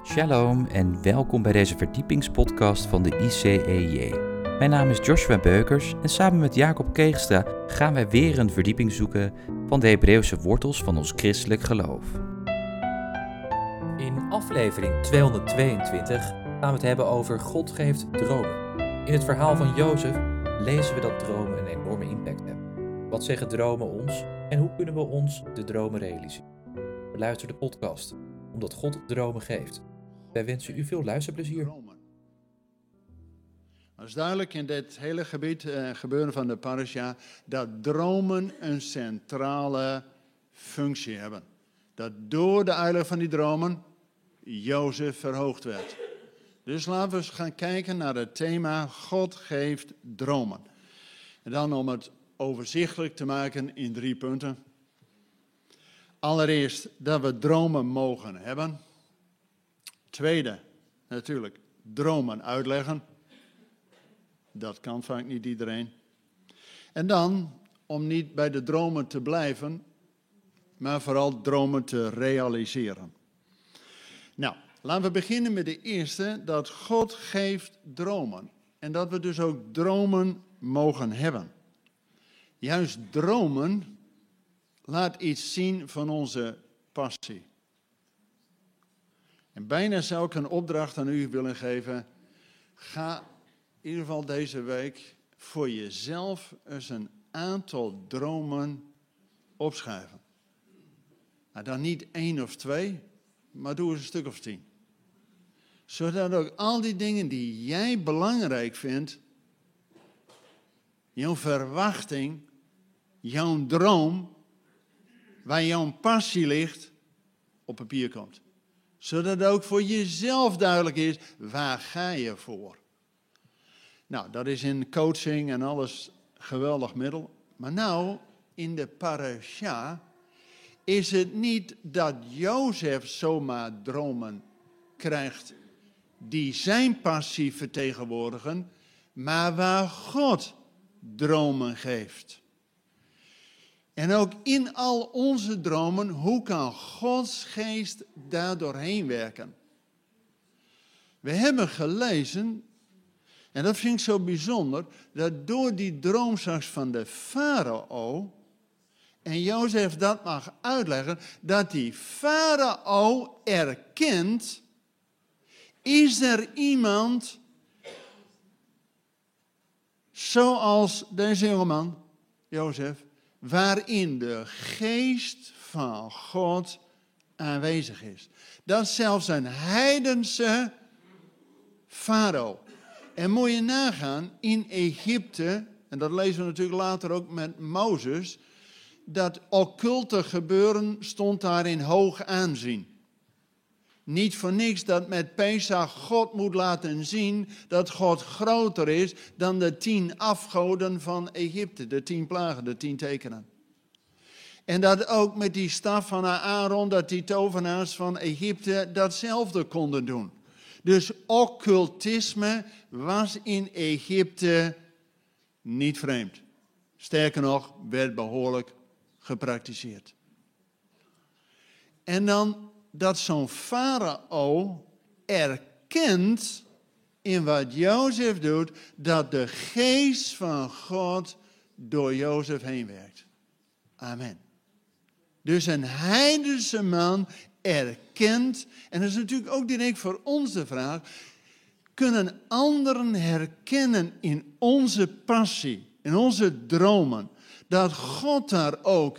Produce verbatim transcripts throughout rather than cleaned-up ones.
Shalom en welkom bij deze verdiepingspodcast van de I C E J. Mijn naam is Joshua Beukers en samen met Jacob Keegstra gaan wij weer een verdieping zoeken van de Hebreeuwse wortels van ons christelijk geloof. In aflevering tweehonderdtweeëntwintig gaan we het hebben over God geeft dromen. In het verhaal van Jozef lezen we dat dromen een enorme impact hebben. Wat zeggen dromen ons en hoe kunnen we ons de dromen realiseren? Beluister de podcast, omdat God dromen geeft. Wij wensen u veel luisterplezier. Het is duidelijk in dit hele gebied, uh, gebeuren van de parasha, dat dromen een centrale functie hebben. Dat door de uitleg van die dromen Jozef verhoogd werd. Dus laten we eens gaan kijken naar het thema God geeft dromen. En dan om het overzichtelijk te maken in drie punten. Allereerst dat we dromen mogen hebben. Tweede, natuurlijk, dromen uitleggen. Dat kan vaak niet iedereen. En dan, om niet bij de dromen te blijven, maar vooral dromen te realiseren. Nou, laten we beginnen met de eerste, dat God geeft dromen. En dat we dus ook dromen mogen hebben. Juist dromen laat iets zien van onze passie. En bijna zou ik een opdracht aan u willen geven. Ga in ieder geval deze week voor jezelf eens een aantal dromen opschrijven. Nou, dan niet één of twee, maar doe eens een stuk of tien. Zodat ook al die dingen die jij belangrijk vindt, jouw verwachting, jouw droom, waar jouw passie ligt, op papier komt. Zodat ook voor jezelf duidelijk is, waar ga je voor? Nou, dat is in coaching en alles geweldig middel. Maar nou, in de parasha, is het niet dat Jozef zomaar dromen krijgt die zijn passie vertegenwoordigen, maar waar God dromen geeft. En ook in al onze dromen, hoe kan Gods geest daar doorheen werken? We hebben gelezen, en dat vind ik zo bijzonder, dat door die droom straks van de farao, en Jozef dat mag uitleggen, dat die farao erkent, is er iemand zoals deze jongeman, Jozef, waarin de geest van God aanwezig is. Dat is zelfs een heidense farao. En moet je nagaan, in Egypte, en dat lezen we natuurlijk later ook met Mozes, dat occulte gebeuren stond daar in hoog aanzien. Niet voor niks dat met Pesach God moet laten zien dat God groter is dan de tien afgoden van Egypte. De tien plagen, de tien tekenen. En dat ook met die staf van Aaron, dat die tovenaars van Egypte datzelfde konden doen. Dus occultisme was in Egypte niet vreemd. Sterker nog, werd behoorlijk gepraktiseerd. En dan dat zo'n farao erkent in wat Jozef doet, dat de geest van God door Jozef heen werkt. Amen. Dus een heidense man erkent, en dat is natuurlijk ook direct voor ons de vraag, kunnen anderen herkennen in onze passie, in onze dromen, dat God daar ook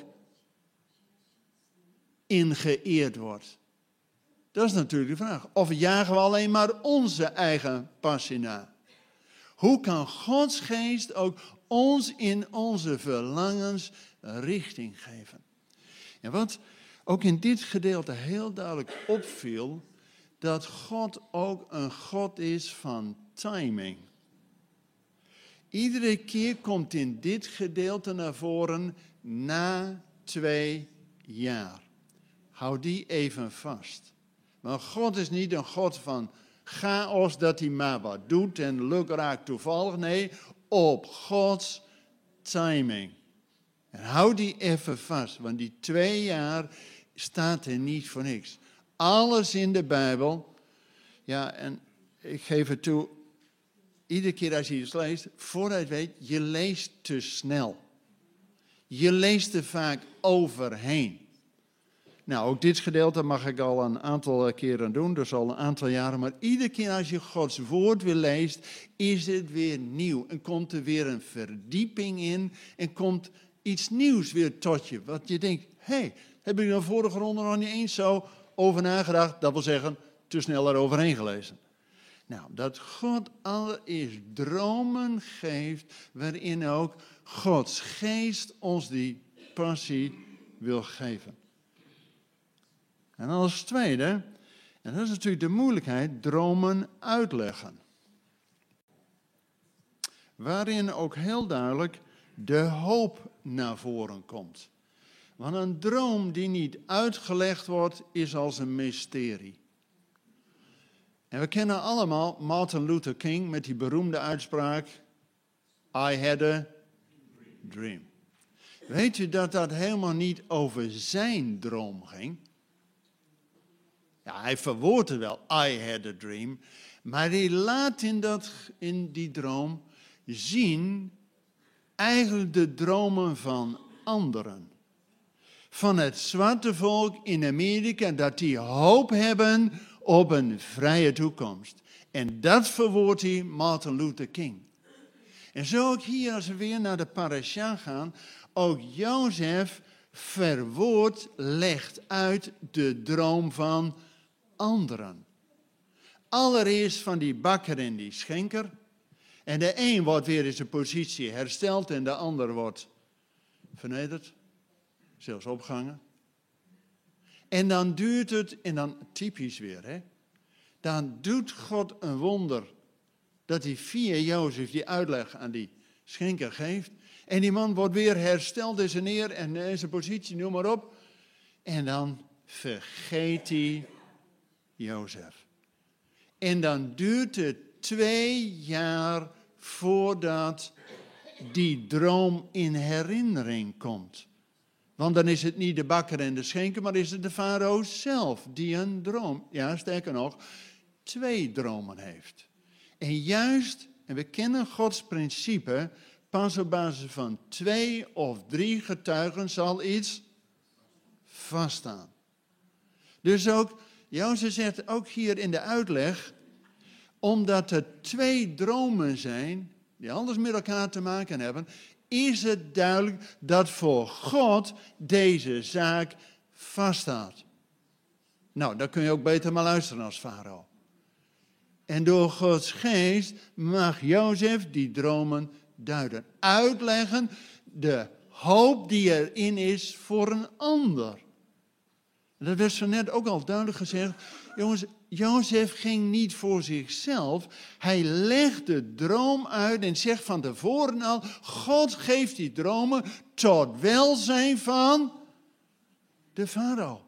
in geëerd wordt? Dat is natuurlijk de vraag. Of jagen we alleen maar onze eigen passie na? Hoe kan Gods geest ook ons in onze verlangens richting geven? En wat ook in dit gedeelte heel duidelijk opviel, dat God ook een God is van timing. Iedere keer komt in dit gedeelte naar voren na twee jaar. Hou die even vast. Maar God is niet een God van chaos, dat hij maar wat doet en lukt raakt toevallig. Nee, op Gods timing. En hou die even vast, want die twee jaar staat er niet voor niks. Alles in de Bijbel Ja, en ik geef het toe, iedere keer als je iets leest, voordat je het weet, je leest te snel. Je leest er vaak overheen. Nou, ook dit gedeelte mag ik al een aantal keren doen, dus al een aantal jaren. Maar iedere keer als je Gods woord weer leest, is het weer nieuw. En komt er weer een verdieping in en komt iets nieuws weer tot je. Wat je denkt, hé, hey, heb ik de vorige ronde nog niet eens zo over nagedacht? Dat wil zeggen, te snel eroverheen gelezen. Nou, dat God allereerst dromen geeft, waarin ook Gods geest ons die passie wil geven. En als tweede, en dat is natuurlijk de moeilijkheid, dromen uitleggen. Waarin ook heel duidelijk de hoop naar voren komt. Want een droom die niet uitgelegd wordt, is als een mysterie. En we kennen allemaal Martin Luther King met die beroemde uitspraak, I had a dream. Weet u dat dat helemaal niet over zijn droom ging? Ja, hij verwoordt het wel, I had a dream. Maar hij laat in, dat, in die droom zien eigenlijk de dromen van anderen. Van het zwarte volk in Amerika, dat die hoop hebben op een vrije toekomst. En dat verwoordt hij Martin Luther King. En zo ook hier, als we weer naar de parasha gaan, ook Jozef verwoordt, legt uit de droom van anderen. Allereerst van die bakker en die schenker. En de een wordt weer in zijn positie hersteld en de ander wordt vernederd. Zelfs opgehangen. En dan duurt het, en dan typisch weer, hè. Dan doet God een wonder. Dat hij via Jozef die uitleg aan die schenker geeft. En die man wordt weer hersteld in zijn eer en in zijn positie, noem maar op. En dan vergeet hij Jozef. En dan duurt het twee jaar voordat die droom in herinnering komt. Want dan is het niet de bakker en de schenker, maar is het de farao zelf die een droom, ja sterker nog, twee dromen heeft. En juist, en we kennen Gods principe, pas op basis van twee of drie getuigen zal iets vaststaan. Dus ook, Jozef zegt ook hier in de uitleg, omdat er twee dromen zijn, die alles met elkaar te maken hebben, is het duidelijk dat voor God deze zaak vaststaat. Nou, dan kun je ook beter maar luisteren als farao. En door Gods geest mag Jozef die dromen duiden. Uitleggen de hoop die erin is voor een ander. Dat werd zo net ook al duidelijk gezegd. Jongens, Jozef ging niet voor zichzelf. Hij legt de droom uit en zegt van tevoren al, God geeft die dromen tot welzijn van de farao.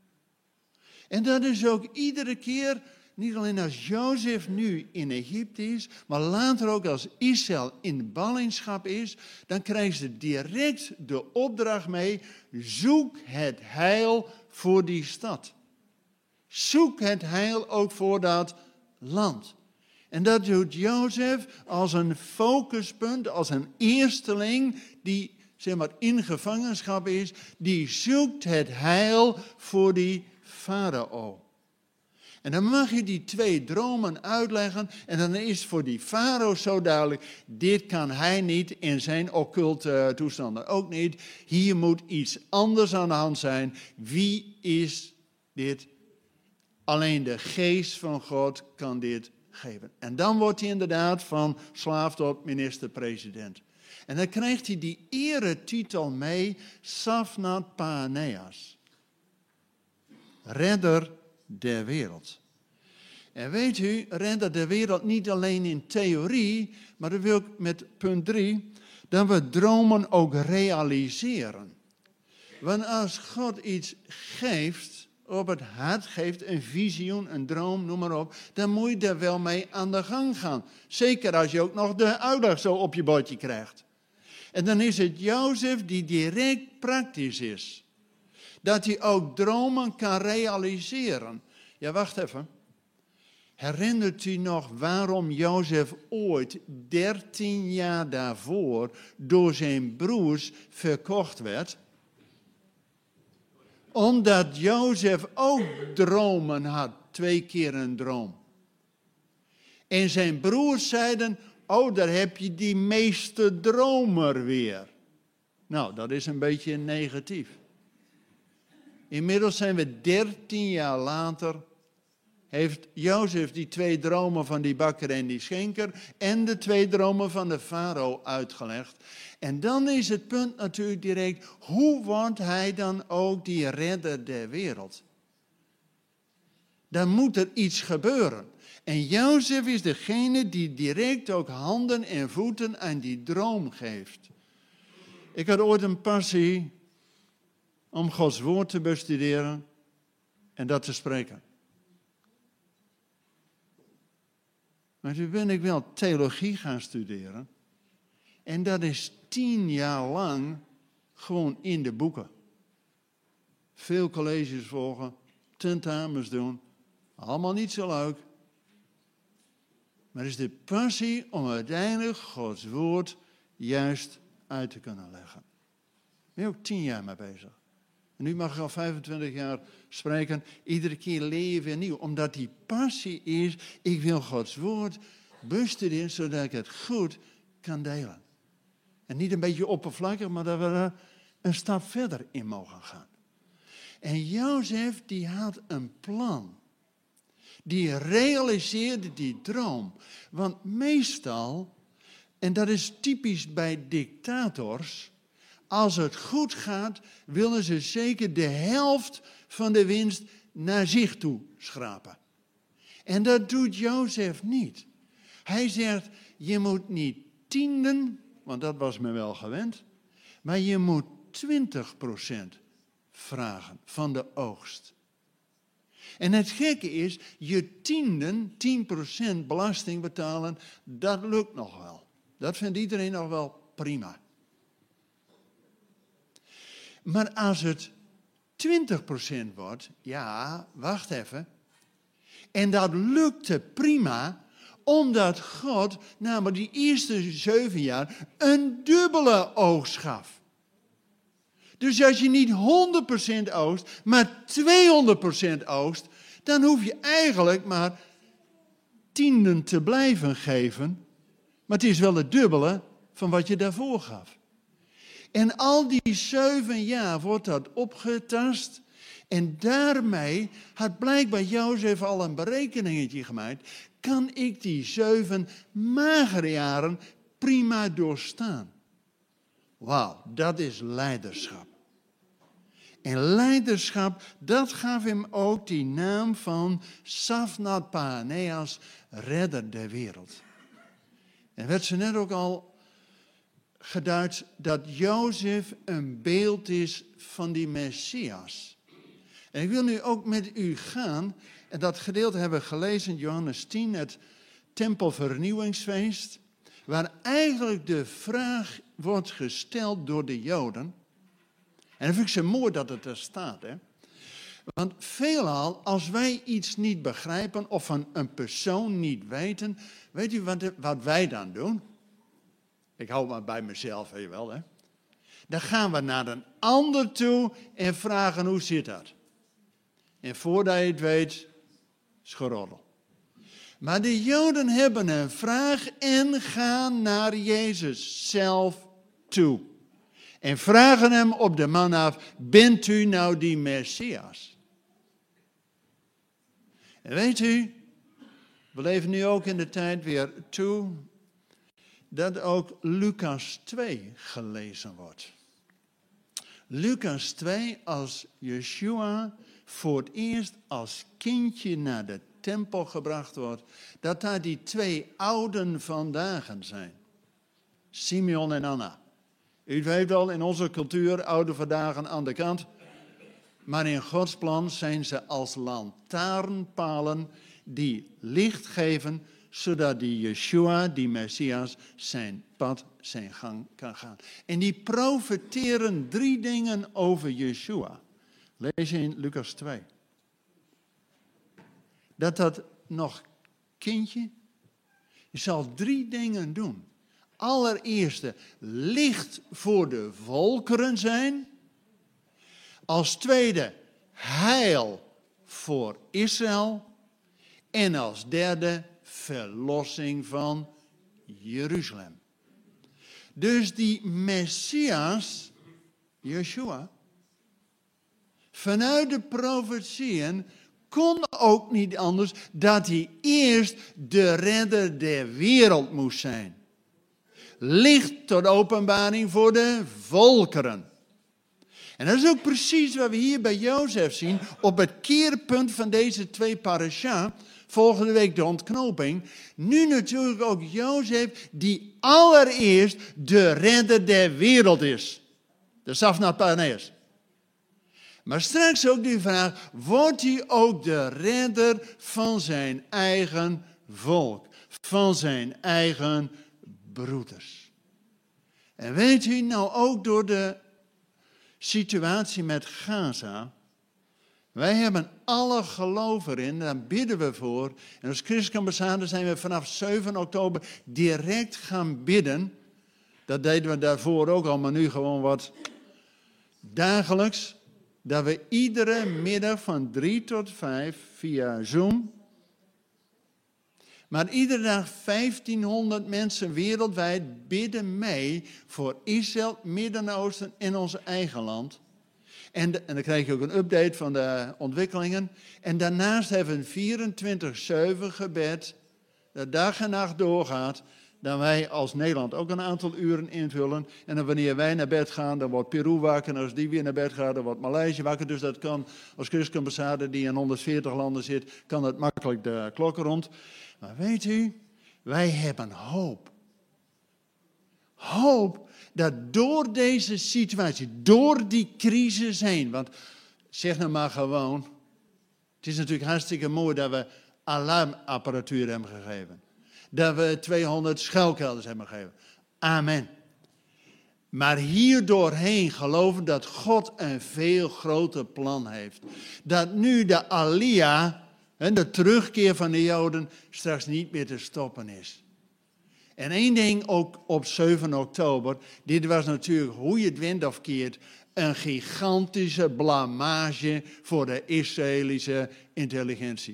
En dat is ook iedere keer, niet alleen als Jozef nu in Egypte is, maar later ook als Israël in ballingschap is, dan krijgen ze direct de opdracht mee, zoek het heil voor die stad. Zoek het heil ook voor dat land. En dat doet Jozef als een focuspunt, als een eersteling die zeg maar in gevangenschap is, die zoekt het heil voor die farao. En dan mag je die twee dromen uitleggen en dan is voor die farao zo duidelijk, dit kan hij niet in zijn occulte toestanden ook niet. Hier moet iets anders aan de hand zijn. Wie is dit? Alleen de geest van God kan dit geven. En dan wordt hij inderdaad van slaaf tot minister-president. En dan krijgt hij die eretitel mee, Safnat Paaneas. Redder der wereld. En weet u, redder der wereld niet alleen in theorie, maar dat wil ik met punt drie, dat we dromen ook realiseren. Want als God iets geeft, op het hart geeft, een visioen, een droom, noem maar op, dan moet je er wel mee aan de gang gaan. Zeker als je ook nog de uitleg zo op je bordje krijgt. En dan is het Jozef die direct praktisch is. Dat hij ook dromen kan realiseren. Ja, wacht even. Herinnert u nog waarom Jozef ooit dertien jaar daarvoor door zijn broers verkocht werd? Omdat Jozef ook dromen had, twee keer een droom. En zijn broers zeiden, oh, daar heb je die meeste dromer weer. Nou, dat is een beetje negatief. Inmiddels zijn we dertien jaar later, heeft Jozef die twee dromen van die bakker en die schenker en de twee dromen van de farao uitgelegd. En dan is het punt natuurlijk direct, hoe wordt hij dan ook die redder der wereld? Dan moet er iets gebeuren. En Jozef is degene die direct ook handen en voeten aan die droom geeft. Ik had ooit een passie om Gods woord te bestuderen en dat te spreken. Maar toen ben ik wel theologie gaan studeren. En dat is tien jaar lang gewoon in de boeken. Veel colleges volgen, tentamens doen. Allemaal niet zo leuk. Maar het is de passie om uiteindelijk Gods woord juist uit te kunnen leggen. Daar ben je ook tien jaar mee bezig. En nu mag ik al vijfentwintig jaar spreken. Iedere keer leer je weer nieuw. Omdat die passie is, ik wil Gods woord bestuderen, zodat ik het goed kan delen. En niet een beetje oppervlakkig, maar dat we er een stap verder in mogen gaan. En Jozef, die had een plan. Die realiseerde die droom. Want meestal, en dat is typisch bij dictators, als het goed gaat, willen ze zeker de helft van de winst naar zich toe schrapen. En dat doet Jozef niet. Hij zegt, je moet niet tienden, want dat was me wel gewend, maar je moet twintig procent vragen van de oogst. En het gekke is, je tienden, tien procent belasting betalen, dat lukt nog wel. Dat vindt iedereen nog wel prima. Maar als het twintig procent wordt, ja, wacht even. En dat lukte prima, omdat God, namelijk die eerste zeven jaar, een dubbele oogst gaf. Dus als je niet honderd procent oogst, maar tweehonderd procent oogst, dan hoef je eigenlijk maar tienden te blijven geven. Maar het is wel het dubbele van wat je daarvoor gaf. En al die zeven jaar wordt dat opgetast. En daarmee had blijkbaar Jozef al een berekeningetje gemaakt. Kan ik die zeven magere jaren prima doorstaan? Wauw, dat is leiderschap. En leiderschap, dat gaf hem ook die naam van Safnat Paaneas, redder der wereld. En werd ze net ook al geduid dat Jozef een beeld is van die Messias. En ik wil nu ook met u gaan, en dat gedeelte hebben we gelezen in Johannes tien, het tempelvernieuwingsfeest, waar eigenlijk de vraag wordt gesteld door de Joden. En dat vind ik zo mooi dat het er staat, hè. Want veelal, als wij iets niet begrijpen of van een persoon niet weten, weet u wat, wat wij dan doen? Ik hou maar bij mezelf, weet je wel, hè. Dan gaan we naar een ander toe en vragen hoe zit dat? En voordat je het weet, is geroddel. Maar de Joden hebben een vraag en gaan naar Jezus zelf toe. En vragen hem op de man af, bent u nou die Messias? En weet u, we leven nu ook in de tijd weer toe dat ook Lucas twee gelezen wordt. Lucas twee, als Yeshua voor het eerst als kindje naar de tempel gebracht wordt, dat daar die twee ouden vandaag zijn. Simeon en Anna. U weet al, in onze cultuur, oude vandaag aan de kant. Maar in Gods plan zijn ze als lantaarnpalen die licht geven, zodat die Yeshua, die Messias, zijn pad, zijn gang kan gaan. En die profeteren drie dingen over Yeshua. Lees je in Lucas twee. Dat dat nog kindje, je zal drie dingen doen. Allereerste, licht voor de volkeren zijn. Als tweede, heil voor Israël. En als derde, verlossing van Jeruzalem. Dus die Messias, Yeshua, vanuit de profetieën kon ook niet anders dat hij eerst de redder der wereld moest zijn. Licht tot openbaring voor de volkeren. En dat is ook precies wat we hier bij Jozef zien op het keerpunt van deze twee parasha. Volgende week de ontknoping. Nu natuurlijk ook Jozef die allereerst de redder der wereld is. De Safnat Paneas. Maar straks ook die vraag, wordt hij ook de redder van zijn eigen volk? Van zijn eigen broeders. En weet u nou ook door de situatie met Gaza. Wij hebben alle geloof erin, daar bidden we voor. En als christelijke ambassade zijn we vanaf zeven oktober direct gaan bidden. Dat deden we daarvoor ook al, maar nu gewoon wat dagelijks. Dat we iedere middag van drie tot vijf via Zoom. Maar iedere dag vijftienhonderd mensen wereldwijd bidden mee voor Israël, Midden-Oosten en ons eigen land. En, de, en dan krijg je ook een update van de ontwikkelingen. En daarnaast hebben we een vierentwintig zeven gebed dat dag en nacht doorgaat. Dat wij als Nederland ook een aantal uren invullen. En dan wanneer wij naar bed gaan, dan wordt Peru wakker. En als die weer naar bed gaat, dan wordt Maleisië wakker. Dus dat kan als christelijke ambassade die in honderdveertig landen zit, kan dat makkelijk de klokken rond. Maar weet u, wij hebben hoop. Hoop dat door deze situatie, door die crisis heen. Want zeg nou maar gewoon, het is natuurlijk hartstikke mooi dat we alarmapparatuur hebben gegeven. Dat we tweehonderd schuilkelders hebben gegeven. Amen. Maar hier doorheen geloven dat God een veel groter plan heeft. Dat nu de Aliyah, de terugkeer van de Joden, straks niet meer te stoppen is. En één ding ook op zeven oktober. Dit was natuurlijk, hoe je het went of keert, een gigantische blamage voor de Israëlische intelligentie.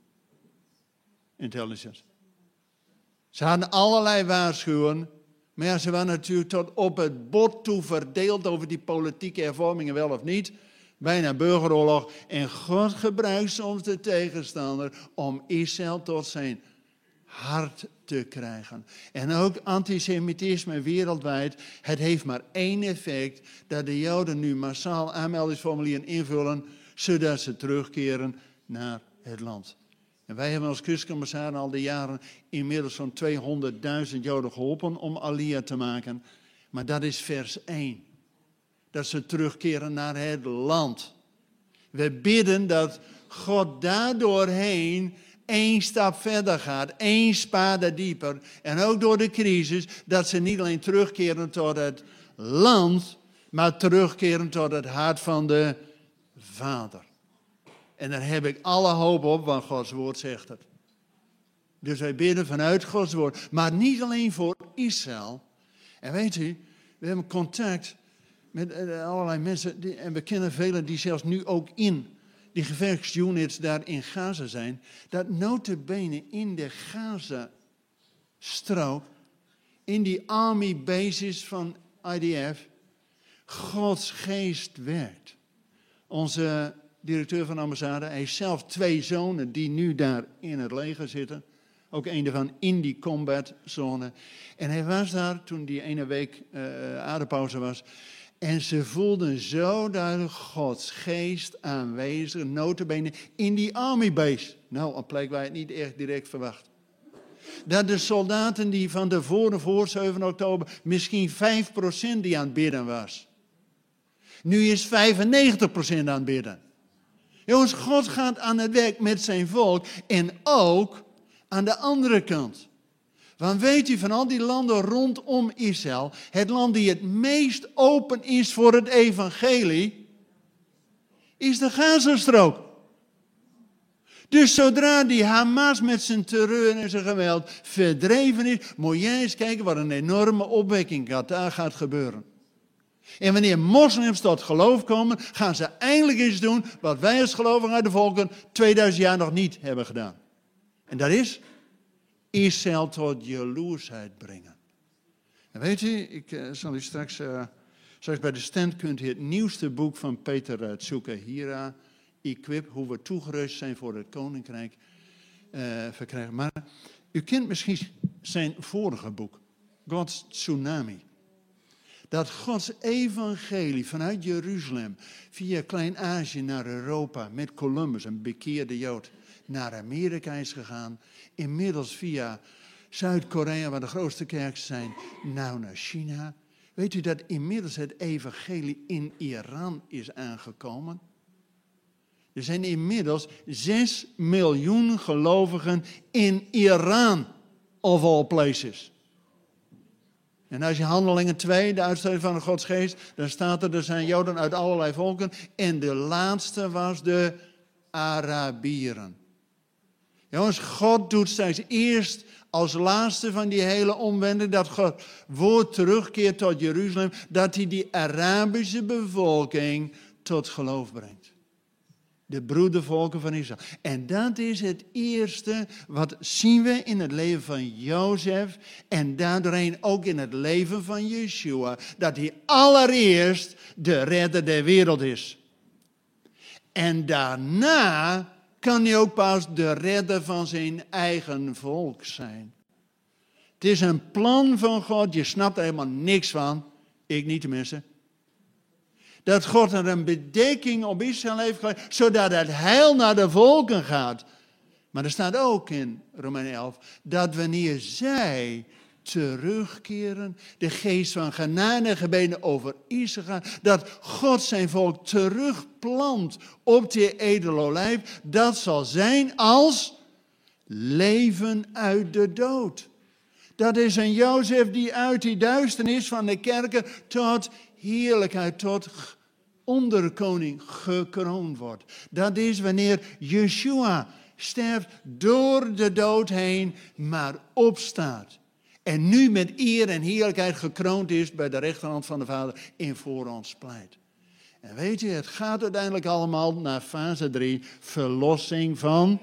Intelligence. Ze hadden allerlei waarschuwingen, maar ja, ze waren natuurlijk tot op het bot toe verdeeld over die politieke hervormingen wel of niet. Bijna burgeroorlog. En God gebruikt soms de tegenstander om Israël tot zijn hart te krijgen. En ook antisemitisme wereldwijd. Het heeft maar één effect, dat de Joden nu massaal aanmeldingsformulieren invullen, zodat ze terugkeren naar het land. En wij hebben als christelijke ambassade al die jaren inmiddels zo'n tweehonderdduizend Joden geholpen om Aliyah te maken. Maar dat is vers één. Dat ze terugkeren naar het land. We bidden dat God daardoorheen één stap verder gaat, één spade dieper. En ook door de crisis, dat ze niet alleen terugkeren tot het land, maar terugkeren tot het hart van de Vader. En daar heb ik alle hoop op, want Gods woord zegt het. Dus wij bidden vanuit Gods woord. Maar niet alleen voor Israël. En weet u, we hebben contact met allerlei mensen. Die, en we kennen velen die zelfs nu ook in die gevechtsunits daar in Gaza zijn. Dat nota bene in de Gaza-strook, in die army bases van I D F, Gods geest werkt. Onze directeur van de ambassade, hij heeft zelf twee zonen die nu daar in het leger zitten. Ook een daarvan in die combatzone. En hij was daar toen die ene week uh, adempauze was. En ze voelden zo duidelijk Gods geest aanwezig, nota bene, in die army base. Nou, een plek waar je het niet echt direct verwacht. Dat de soldaten die van tevoren voor zeven oktober misschien vijf procent die aan het bidden was. Nu is vijfennegentig procent aan het bidden. Jongens, God gaat aan het werk met zijn volk en ook aan de andere kant. Want weet u, van al die landen rondom Israël, het land die het meest open is voor het evangelie, is de Gazastrook. Dus zodra die Hamas met zijn terreur en zijn geweld verdreven is, moet jij eens kijken wat een enorme opwekking gaat, daar gaat gebeuren. En wanneer moslims tot geloof komen, gaan ze eindelijk eens doen wat wij als gelovigen uit de volken tweeduizend jaar nog niet hebben gedaan. En dat is Israël tot jaloersheid brengen. En weet u, ik uh, zal u straks, uh, straks bij de stand kunt u het nieuwste boek van Peter uh, Tsukahira, Equip, hoe we toegerust zijn voor het koninkrijk, uh, verkrijgen. Maar u kent misschien zijn vorige boek, God's Tsunami. Dat Gods evangelie vanuit Jeruzalem via Klein-Azië naar Europa met Columbus, een bekeerde Jood, naar Amerika is gegaan. Inmiddels via Zuid-Korea, waar de grootste kerken zijn, nou naar China. Weet u dat inmiddels het evangelie in Iran is aangekomen? Er zijn inmiddels zes miljoen gelovigen in Iran, of all places. En als je Handelingen twee, de uitstorting van de Godsgeest, dan staat er, er zijn Joden uit allerlei volken. En de laatste was de Arabieren. Jongens, God doet straks eerst als laatste van die hele omwending, dat God woord terugkeert tot Jeruzalem, dat hij die Arabische bevolking tot geloof brengt. De broedervolken van Israël. En dat is het eerste wat zien we in het leven van Jozef en daardoorheen ook in het leven van Yeshua. Dat hij allereerst de redder der wereld is. En daarna kan hij ook pas de redder van zijn eigen volk zijn. Het is een plan van God, je snapt er helemaal niks van. Ik niet tenminste. Dat God er een bedekking op Israël heeft gelegd, zodat het heil naar de volken gaat. Maar er staat ook in Romeinen elf, dat wanneer zij terugkeren, de geest van genade en gebeden over Israël gaat, dat God zijn volk terugplant op die edele olijf, dat zal zijn als leven uit de dood. Dat is een Jozef die uit die duisternis van de kerken tot heerlijkheid, tot onderkoning gekroond wordt. Dat is wanneer Yeshua sterft door de dood heen, maar opstaat. En nu met eer en heerlijkheid gekroond is bij de rechterhand van de Vader en voor ons pleit. En weet je, het gaat uiteindelijk allemaal naar fase drie, verlossing van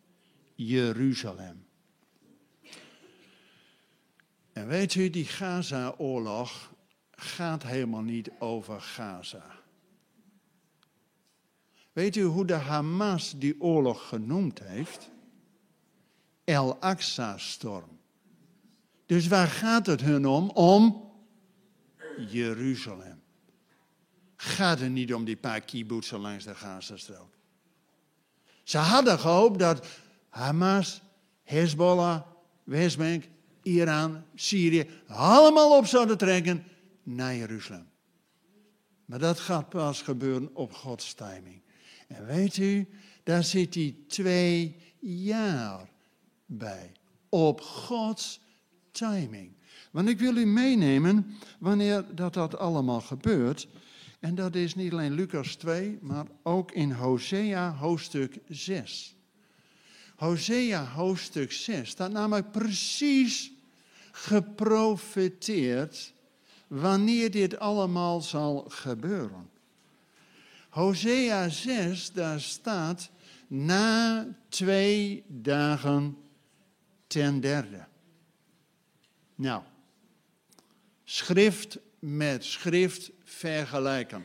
Jeruzalem. En weet u, die Gaza-oorlog gaat helemaal niet over Gaza. Weet u hoe de Hamas die oorlog genoemd heeft? El-Aqsa-storm. Dus waar gaat het hun om? Om Jeruzalem. Gaat het niet om die paar kibbutzen langs de Gazastrook. Ze hadden gehoopt dat Hamas, Hezbollah, Westbank, Iran, Syrië allemaal op zouden trekken naar Jeruzalem. Maar dat gaat pas gebeuren op Gods timing. En weet u, daar zit hij twee jaar bij. Op Gods timing. Want ik wil u meenemen wanneer dat, dat allemaal gebeurt. En dat is niet alleen Lucas twee, maar ook in Hosea hoofdstuk zes. Hosea hoofdstuk zes staat namelijk precies geprofeteerd wanneer dit allemaal zal gebeuren. Hosea zes, daar staat na twee dagen ten derde. Nou, schrift met schrift vergelijken.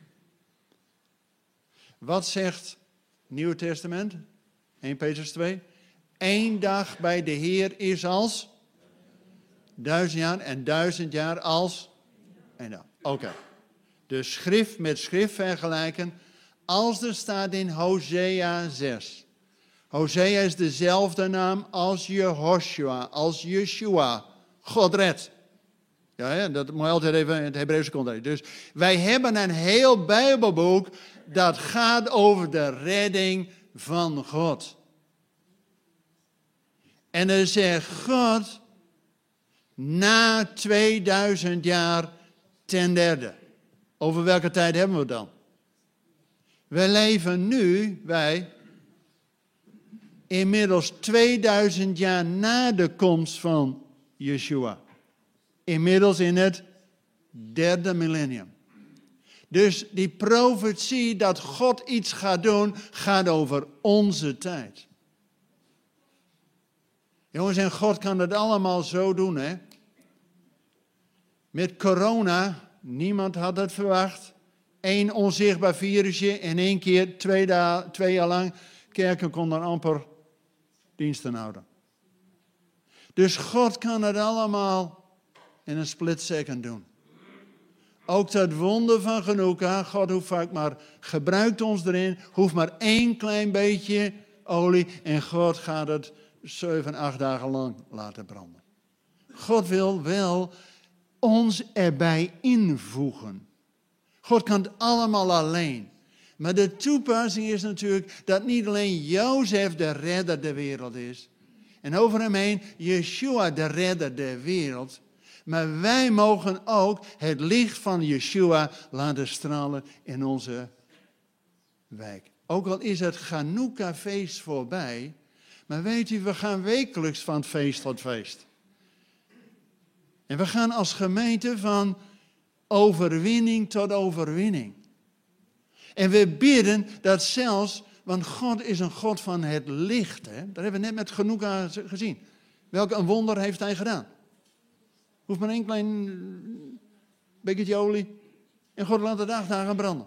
Wat zegt het Nieuwe Testament? Eerste Petrus twee. Eén dag bij de Heer is als duizend jaar en duizend jaar als één dag. Oké. Okay. Dus schrift met schrift vergelijken als er staat in Hosea zes. Hosea is dezelfde naam als Jehoshua, als Yeshua. God redt. Ja, ja, dat moet je altijd even in het Hebreeuwse context. Dus wij hebben een heel Bijbelboek dat gaat over de redding van God. En dan zegt God, na tweeduizend jaar ten derde. Over welke tijd hebben we dan? We leven nu, wij, Inmiddels tweeduizend jaar na de komst van Yeshua. Inmiddels in het derde millennium. Dus die profetie dat God iets gaat doen, gaat over onze tijd. Jongens, en God kan het allemaal zo doen, hè. Met corona, niemand had het verwacht. Eén onzichtbaar virusje in één keer, twee, da- twee jaar lang. Kerken konden amper diensten houden. Dus God kan het allemaal in een split second doen. Ook dat wonder van Chanukka, God hoeft vaak maar, gebruikt ons erin, hoeft maar één klein beetje olie en God gaat het zeven, acht dagen lang laten branden. God wil wel ons erbij invoegen. God kan het allemaal alleen. Maar de toepassing is natuurlijk dat niet alleen Jozef de redder der wereld is. En over hem heen Yeshua de redder der wereld. Maar wij mogen ook het licht van Yeshua laten stralen in onze wijk. Ook al is het Chanukka-feest voorbij. Maar weet u, we gaan wekelijks van feest tot feest. En we gaan als gemeente van overwinning tot overwinning. En we bidden dat zelfs, want God is een God van het licht. Hè? Dat hebben we net met Chanukka gezien. Welk een wonder heeft hij gedaan? Hoeft maar één klein bekertje olie en God laat het acht dagen branden.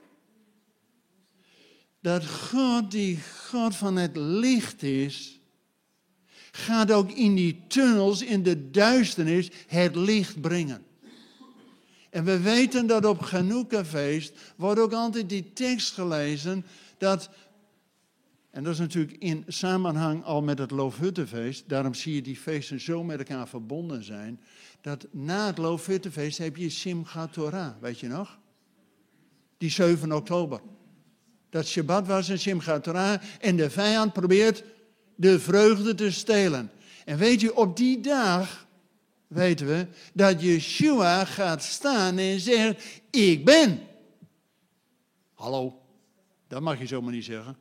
Dat God die God van het licht is, gaat ook in die tunnels, in de duisternis, het licht brengen. En we weten dat op Chanukka-feest wordt ook altijd die tekst gelezen, dat, en dat is natuurlijk in samenhang al met het Loofhuttenfeest, daarom zie je die feesten zo met elkaar verbonden zijn, dat na het Loofhuttenfeest heb je Simchat Torah, weet je nog? Die zeven oktober. Dat Shabbat was en Simchat Torah en de vijand probeert de vreugde te stelen. En weet je, op die dag weten we dat Yeshua gaat staan en zegt, ik ben. Hallo, dat mag je zomaar niet zeggen.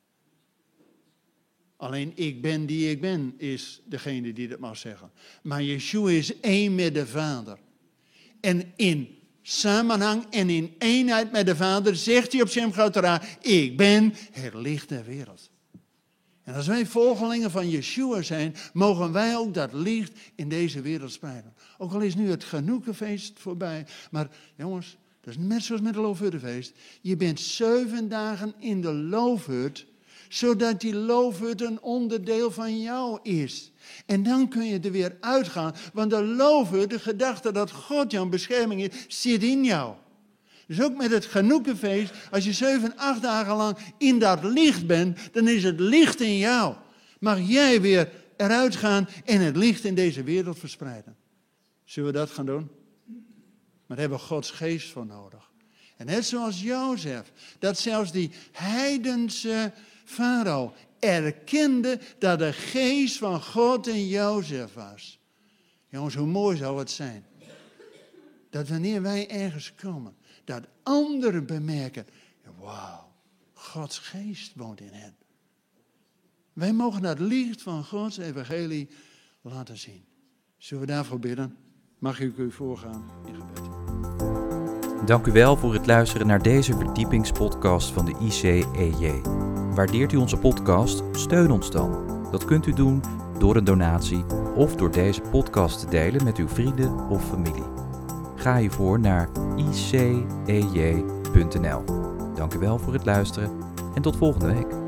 Alleen ik ben die ik ben is degene die dat mag zeggen. Maar Yeshua is één met de Vader. En in samenhang en in eenheid met de Vader zegt hij op Simchat Torah, ik ben het licht der wereld. En als wij volgelingen van Yeshua zijn, mogen wij ook dat licht in deze wereld spreiden. Ook al is nu het Chanukka-feest voorbij. Maar jongens, dat is net zoals met het Loofhuttenfeest. Je bent zeven dagen in de loofhut, zodat die loofhut een onderdeel van jou is. En dan kun je er weer uitgaan. Want de loofhut, de gedachte dat God jouw bescherming is, zit in jou. Dus ook met het Chanukka-feest, als je zeven, acht dagen lang in dat licht bent, dan is het licht in jou. Mag jij weer eruit gaan en het licht in deze wereld verspreiden. Zullen we dat gaan doen? Maar daar hebben we Gods geest voor nodig. En net zoals Jozef, dat zelfs die heidense farao erkende dat de geest van God in Jozef was. Jongens, hoe mooi zou het zijn. Dat wanneer wij ergens komen, dat anderen bemerken, wauw, Gods geest woont in hen. Wij mogen dat licht van Gods evangelie laten zien. Zullen we daarvoor bidden? Mag ik u voorgaan in gebed? Dank u wel voor het luisteren naar deze verdiepingspodcast van de I C E J. Waardeert u onze podcast? Steun ons dan. Dat kunt u doen door een donatie of door deze podcast te delen met uw vrienden of familie. Ga hiervoor naar i c e j punt n l. Dank u wel voor het luisteren en tot volgende week.